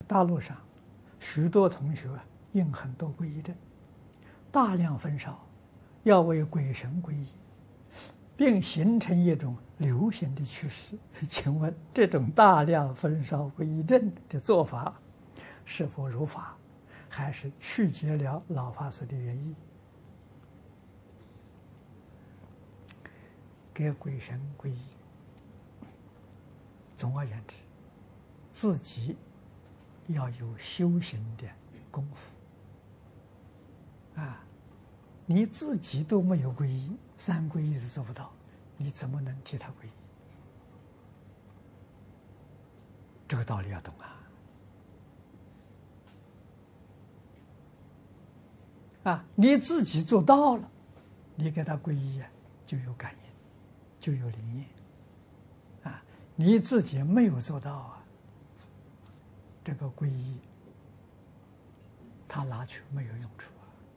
大陆上许多同学印很多皈依证，大量焚烧，要为鬼神皈依，并形成一种流行的趋势。请问这种大量焚烧皈依证的做法是否如法，还是曲解了老法师的原意？给鬼神皈依，总而言之，自己要有修行的功夫啊！你自己都没有皈依，三皈依都做不到，你怎么能替他皈依？这个道理要懂啊！你自己做到了，你给他皈依啊，就有感应，就有灵验啊！你自己没有做到啊，这个皈依他拿去没有用处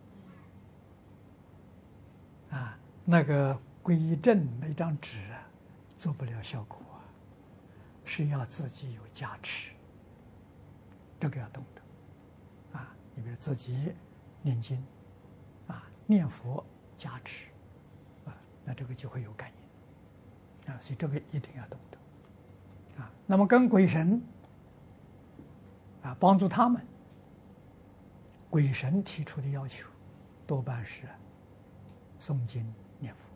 啊！那个皈依证那张纸啊，做不了效果啊，是要自己有加持，这个要懂得啊！你比如自己念经啊，念佛加持啊，那这个就会有感应啊，所以这个一定要懂得啊。那么跟鬼神啊，帮助他们，鬼神提出的要求多半是诵经念佛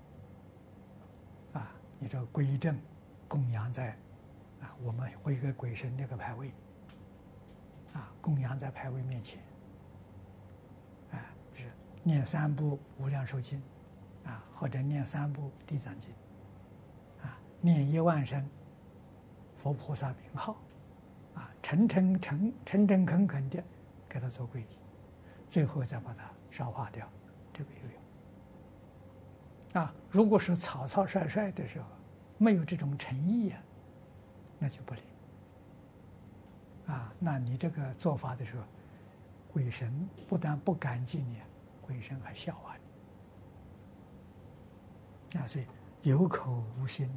啊。你这个皈依证供养在啊，我们会给鬼神那个牌位啊，供养在牌位面前啊，就是念3部无量寿经啊，或者念3部地藏经啊，念1万声佛菩萨名号啊，诚诚恳恳的给他做皈依，最后再把它烧化掉，这个有用啊。如果是草草率率的时候，没有这种诚意啊，那就不灵啊。那你这个做法的时候，鬼神不但不感激你，鬼神还笑话你啊。所以有口无心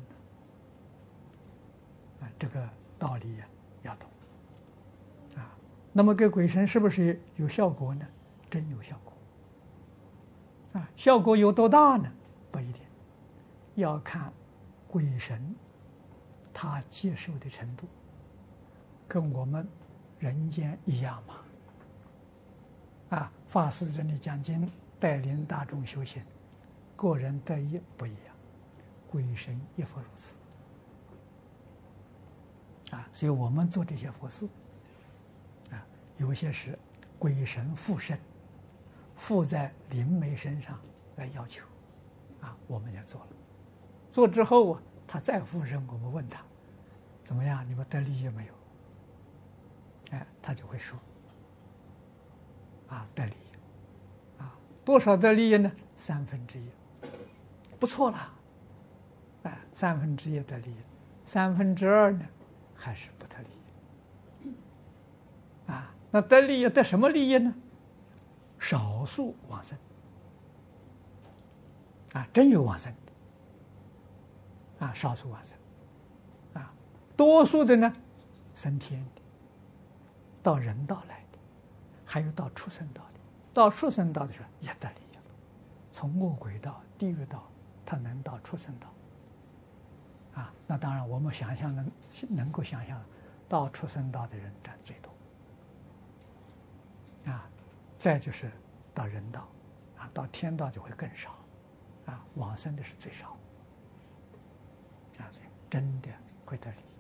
啊，这个道理要懂啊。那么给鬼神是不是有效果呢？真有效果啊。效果有多大呢？不一定，要看鬼神他接受的程度，跟我们人间一样嘛。啊，法师这里讲经带领大众修行，个人得益不一样，鬼神亦复如此啊。所以我们做这些佛事啊，有些是鬼神附身，附在灵媒身上来要求啊，我们也做了。做之后啊，他再附身，我们问他怎么样，你们得利益没有？哎，他就会说啊，得利益啊，多少得利益呢？1/3，不错了。哎，1/3得利益，2/3呢还是不得利益啊。那得利益得什么利益呢？少数往生啊，真有往生的啊，少数往生啊，多数的呢升天的，到人道来的，还有到畜生道的。到畜生道的时候也得利益，从恶鬼道、地狱道，他能到畜生道啊。那当然我们想象能够想象，到畜生道的人占最多啊。再就是到人道啊，到天道就会更少啊，往生的是最少啊，所以真的会得利益。